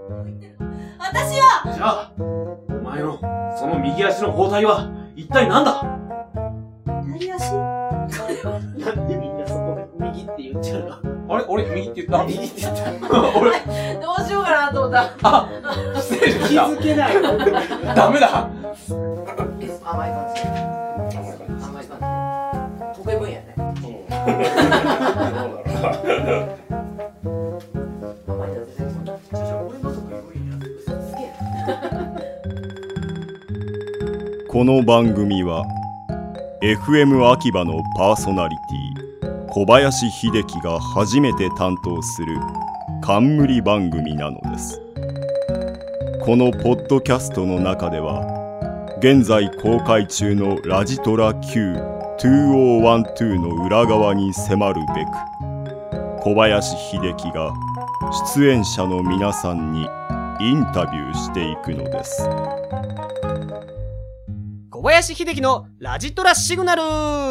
私はじゃあ、お前のその右足の包帯は一体何だ？ 右足？これはなんでみんなそこで右って言っちゃうの？ あれ俺右って言った？ 右って言った俺、 どうしようかなと思った。 あ、失礼しま気した。 づけない。 ダメだ。 甘い感じ。甘い感じ。得意分野ね。甘いやつ全部。俺の得意分野。嘘つけ。 この番組は FM 秋葉のパーソナリティ小林秀樹が初めて担当する冠番組なのです。このポッドキャストの中では現在公開中のラジトラ Q2012 の裏側に迫るべく小林秀樹が出演者の皆さんにインタビューしていくのです。 小林秀樹のラジトラシグナル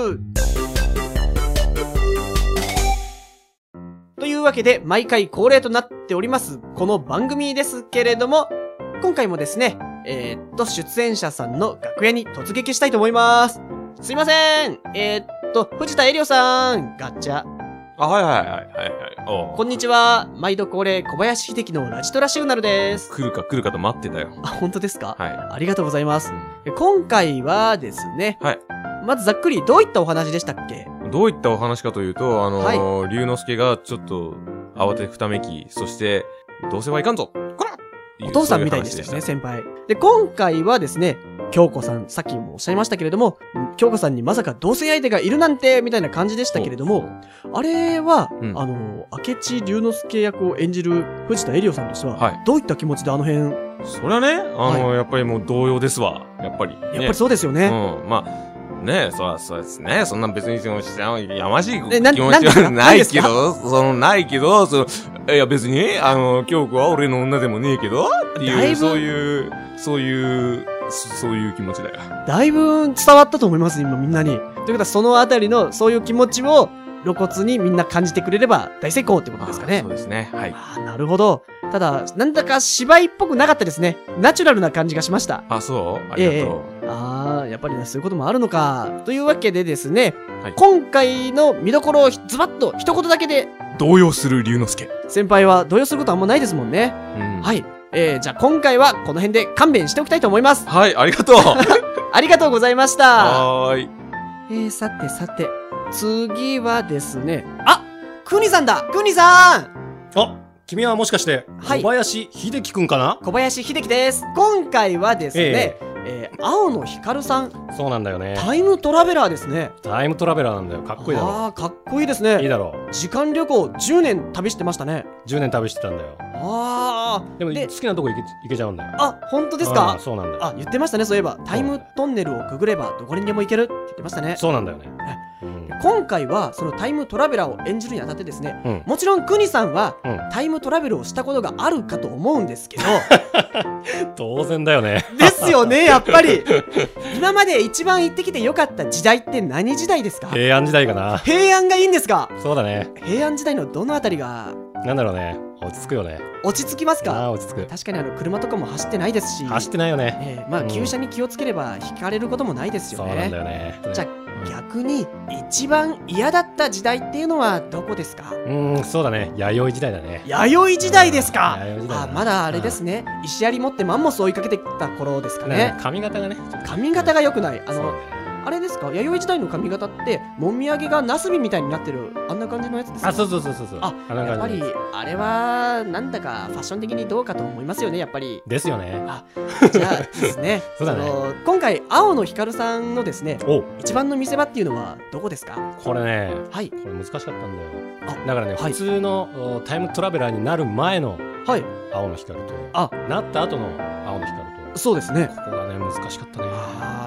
というわけで毎回恒例となっておりますこの番組ですけれども、今回もですね出演者さんの楽屋に突撃したいと思います。すいません藤田エリオさんガッチャ。 あ、はい。 こんにちは。毎度恒例小林秀樹のラジトラシグナルです。 来るかと待ってたよ。 あ、本当ですか？ はい。 ありがとうございます。今回はですね、 はい。 まずざっくりどういったお話でしたっけ？ どういったお話かというと、 は龍之介がちょっと慌てふためき、そしてどうせはいかんぞ、こら！ お父さんみたいでしたよね、先輩。で、今回はですね、京子さん、さっきもおっしゃいましたけれども、京子さんにまさか同棲相手がいるなんて、みたいな感じでしたけれども、あれは、明智龍之介役を演じる藤田エリオさんとしては、 はい、 どういった気持ちであの辺？ そりゃね、やっぱりもう動揺ですわ、やっぱり。ね、 やっぱりそうですよね。 まあ、ねえ、そうですね。そんな別にやましい気持ちはないけど、ないけど、いや別に、京子は俺の女でもねえけど、っていう、そういう気持ちだよ。 だいぶ伝わったと思います、今みんなに。ということはそのあたりのそういう気持ちを露骨にみんな感じてくれれば大成功ってことですかね。 そうですね。はい。 なるほど。ただ、なんだか芝居っぽくなかったですね。ナチュラルな感じがしました。 あ、そうありがとう。 やっぱりね、そういうこともあるのか。というわけでですね、 はい、 今回の見どころをズバッと一言だけで。 動揺する龍之介。 先輩は動揺することあんまないですもんね。はい。じゃあ今回はこの辺で勘弁しておきたいと思います。 はい、ありがとう。 ありがとうございました。 はーい。 さて、次はですね、クニさんだ！クニさん！ 君はもしかして、小林秀樹くんかな？ 小林秀樹です。今回はですね、青野光さん。 そうなんだよね。 タイムトラベラーですね。 タイムトラベラーなんだよ。かっこいいだろ。 かっこいいですね。 いいだろう。時間旅行10年旅してましたね。 10年旅してたんだよ。でも好きなとこ行けちゃうんだよ。 本当ですか？ そうなんだよ。 言ってましたね、そういえば。タイムトンネルをくぐればどこにでも行けるって言ってましたね。 そうなんだよね。 今回はそのタイムトラベラーを演じるにあたってですね、もちろんクニさんはタイムトラベルをしたことがあるかと思うんですけど当然だよね。 ですよね、やっぱり今まで一番行ってきてよかった時代って何時代ですか？ 平安時代かな。 平安がいいんですか？ そうだね。 平安時代のどのあたりがなんだろうね、落ち着くよね。 落ち着きますか？ 落ち着く。 確かに車とかも走ってないですし。 走ってないよね。 急車に気をつければ引かれることもないですよね。 そうなんだよね。 じゃあ逆に一番嫌だった時代っていうのはどこですか？ そうだね、弥生時代だね。 弥生時代ですか？まだあれですね、石槍持ってマンモス追いかけてきた頃ですかね。 髪型がね、 髪型が良くない。あれですか、弥生時代の髪型ってもみあげがナスビみたいになってるあんな感じのやつですか？ そう。 やっぱりあれはなんだかファッション的にどうかと思いますよね、やっぱり。 ですよね。 じゃあですねそうだね。 今回青野光さんのですね一番の見せ場っていうのはどこですか？ これね、これ難しかったんだよ。だからね、普通のタイムトラベラーになる前の青野光となった後の青野光と。 そうですね。 ここがね難しかったね。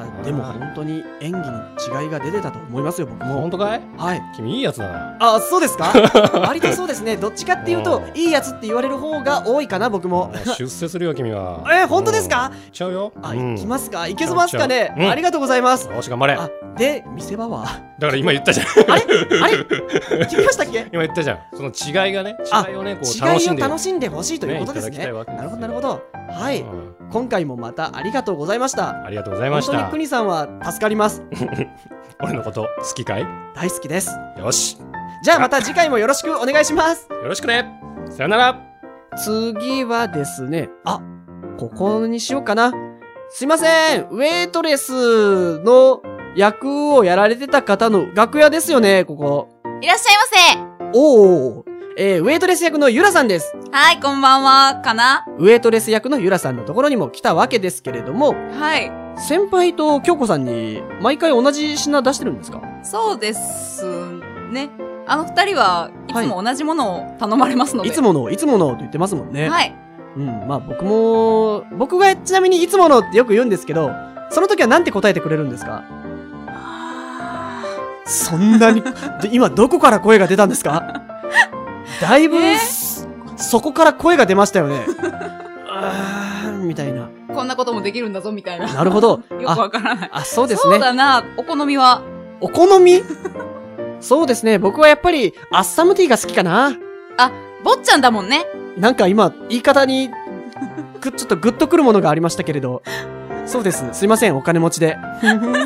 でも本当に演技に違いが出てたと思いますよ、僕も。 本当かい？ はい。 君いいやつだな。 あ、そうですか？割とそうですね。どっちかっていうと、いいやつって言われる方が多いかな、僕も。 出世するよ、君は。 本当ですか？ ちゃうよ。 あ、行きますか？行けますかね？ありがとうございます。 よし、頑張れ。 あ、で、見せ場は？ だから今言ったじゃん。 あれ聞きましたっけ？ 今言ったじゃん。その違いがね、違いをね、こう楽しんで。 違いを楽しんでほしいということですね。なるほど、なるほど。はい。今回もまたありがとうございました。 ありがとうございました。 本当に国さんは助かります。 俺のこと好きかい？ 大好きです。 よし。 じゃあまた次回もよろしくお願いします。 よろしくね。さよなら。 次はですね、あ、ここにしようかな。すいません、ウェイトレスの役をやられてた方の楽屋ですよね、ここ。 いらっしゃいませ。 おー。ウェイトレス役のゆらさんです。 はい、こんばんは、かな。 ウェイトレス役のゆらさんのところにも来たわけですけれども、 はい。 先輩と京子さんに毎回同じ品出してるんですか？ そうですね。二人はいつも同じものを頼まれますので。 いつものって言ってますもんね。 はい。 うん、まあ僕がちなみにいつものってよく言うんですけど、その時はなんて答えてくれるんですか？そんなに、今どこから声が出たんですか？だいぶ、そこから声が出ましたよね。みたいな。 こんなこともできるんだぞ、みたいな。 なるほど。 よくわからない。 あ、そうですね。 そうだな、お好みは。 お好み？そうですね。僕はやっぱり、アッサムティーが好きかな。 あ、坊ちゃんだもんね。なんか今、言い方に、ちょっとグッとくるものがありましたけれど。そうです。すいません、お金持ちで。ウ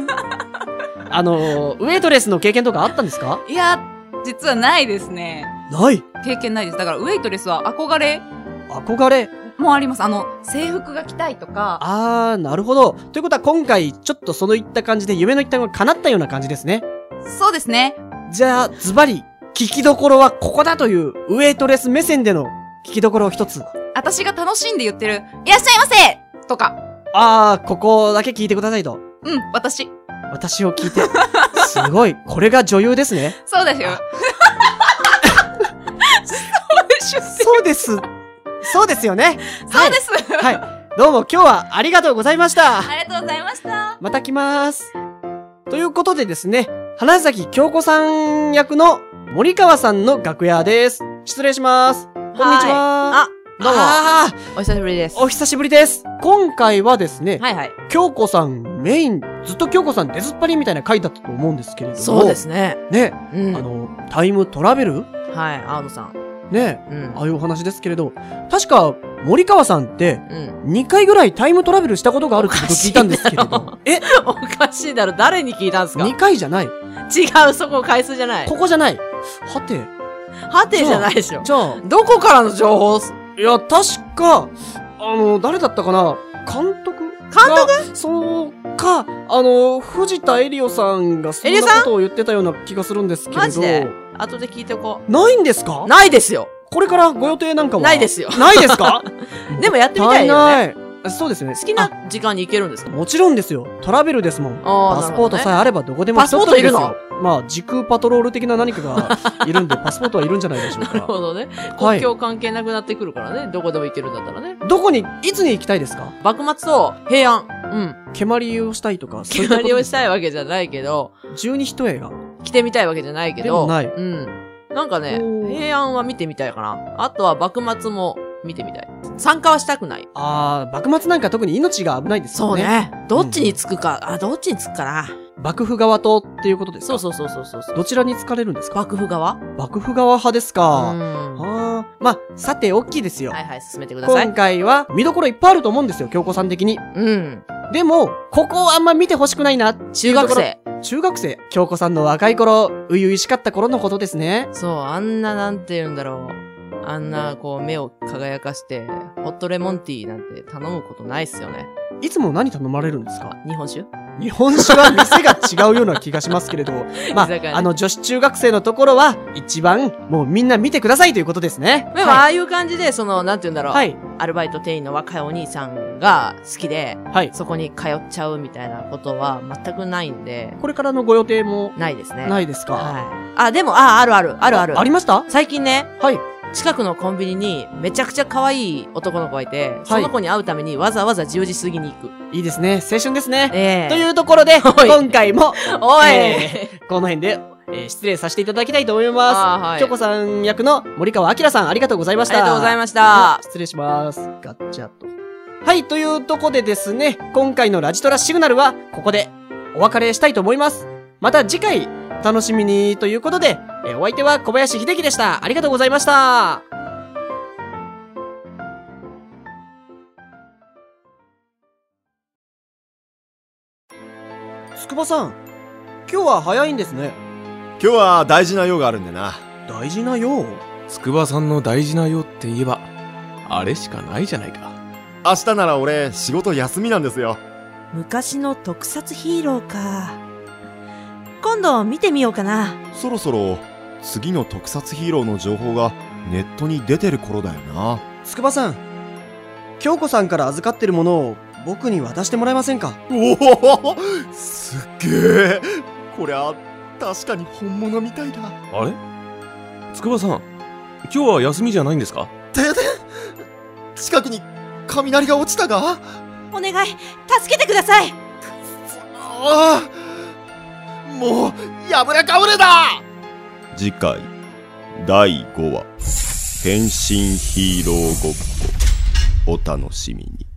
ェイトレスの経験とかあったんですか？ いや、実はないですね。 ない？ 経験ないです。だから、ウェイトレスは憧れもあります。制服が着たいとか。 なるほど。ということは今回、ちょっとそのいった感じで夢の一端が叶ったような感じですね。 そうですね。 じゃあ、ズバリ、聞きどころはここだという、ウェイトレス目線での聞きどころを一つ。 私が楽しんで言ってる、いらっしゃいませとか。 ここだけ聞いてくださいと。 うん、私を聞いて。すごい。これが女優ですね。 そうですよ。 そうです。そうですよね。 そうです。 はい。どうも今日はありがとうございました。 ありがとうございました。 また来ます。ということでですね、花崎京子さん役の森川さんの楽屋です。失礼します。こんにちは。 どうも。お久しぶりです。 お久しぶりです。今回はですね、 はいはい。 京子さんメイン、ずっと京子さん出ずっぱりみたいな回だったと思うんですけれども。 そうですね。 ね、タイムトラベル？ はい、青野さん。 ね、ああいうお話ですけれど、確か森川さんって、2回ぐらいタイムトラベルしたことがあるってこと聞いたんですけれど。 おかしいだろ。誰に聞いたんですか？ 2 回じゃない。 違う、そこ回数じゃない。 ここじゃない。はてじゃないでしょ。 じゃあ、 どこからの情報？ いや、確か、誰だったかな？監督？そうか、藤田エリオさんがそんなことを言ってたような気がするんですけれど。 マジで？後で聞いておこう。 ないんですか？ ないですよ。 これからご予定なんかは？ ないですよ。 ないですか？ でもやってみたいよね。 そうですね。 好きな時間に行けるんですか？ もちろんですよ。トラベルですもん。パスポートさえあればどこでもパスポートいるの？ まあ、時空パトロール的な何かがいるんで、パスポートはいるんじゃないでしょうか。 なるほどね。国境関係なくなってくるからね。どこでも行けるんだったらね。 いつに行きたいですか？ 幕末と平安。 蹴鞠をしたいとか、 蹴鞠をしたいわけじゃないけど。 十二一重が。 着てみたいわけじゃないけど。 でもない。 なんかね、平安は見てみたいかな。あとは幕末も見てみたい。参加はしたくない。 幕末なんか特に命が危ないですよね。 そうね。どっちにつくかな。 幕府側とっていうことですか？ そう。 どちらにつかれるんですか？ 幕府側派ですか。まあ、さて、大きいですよ。 はい、進めてください。 今回は見どころいっぱいあると思うんですよ、京子さん的に。でも、ここをあんま見てほしくないな。 中学生。 京子さんの若い頃、初々しかった頃のことですね。 そう、あんななんて言うんだろう。あんな、目を輝かして、ホットレモンティーなんて頼むことないっすよね。 いつも何頼まれるんですか？ 日本酒は店が違うような気がしますけれど。まあ、女子中学生のところは、一番、もうみんな見てくださいということですね。 でも、ああいう感じで、なんて言うんだろう。アルバイト店員の若いお兄さんが好きで、そこに通っちゃうみたいなことは全くないんで。 これからのご予定もないですね。 ないですか？ でも、ある。 ありました？ 最近ね。 近くのコンビニにめちゃくちゃ可愛い男の子がいて、その子に会うためにわざわざ10時過ぎに行く。 いいですね。青春ですね。というところで、今回も、この辺で、失礼させていただきたいと思います。京子さん役の森川明さん、ありがとうございました。 ありがとうございました。 失礼します。ガッチャと。はい、というとこでですね、今回のラジトラシグナルは、ここでお別れしたいと思います。また次回、楽しみにということで、お相手は小林秀樹でした。ありがとうございました。筑波さん、今日は早いんですね。 今日は大事な用があるんでな。 大事な用？ 筑波さんの大事な用って言えば、あれしかないじゃないか。 明日なら俺、仕事休みなんですよ。 昔の特撮ヒーローか。今度見てみようかな。 そろそろ、次の特撮ヒーローの情報がネットに出てる頃だよな。 筑波さん、京子さんから預かってるものを僕に渡してもらえませんか？ おお、すっげえ。こりゃ、確かに本物みたいだ。 あれ？筑波さん、今日は休みじゃないんですか？ 停電？近くに雷が落ちたが？ お願い、助けてください。 ああ、もう、やぶれかぶれだ！次回、第5話、変身ヒーローごっこ、お楽しみに。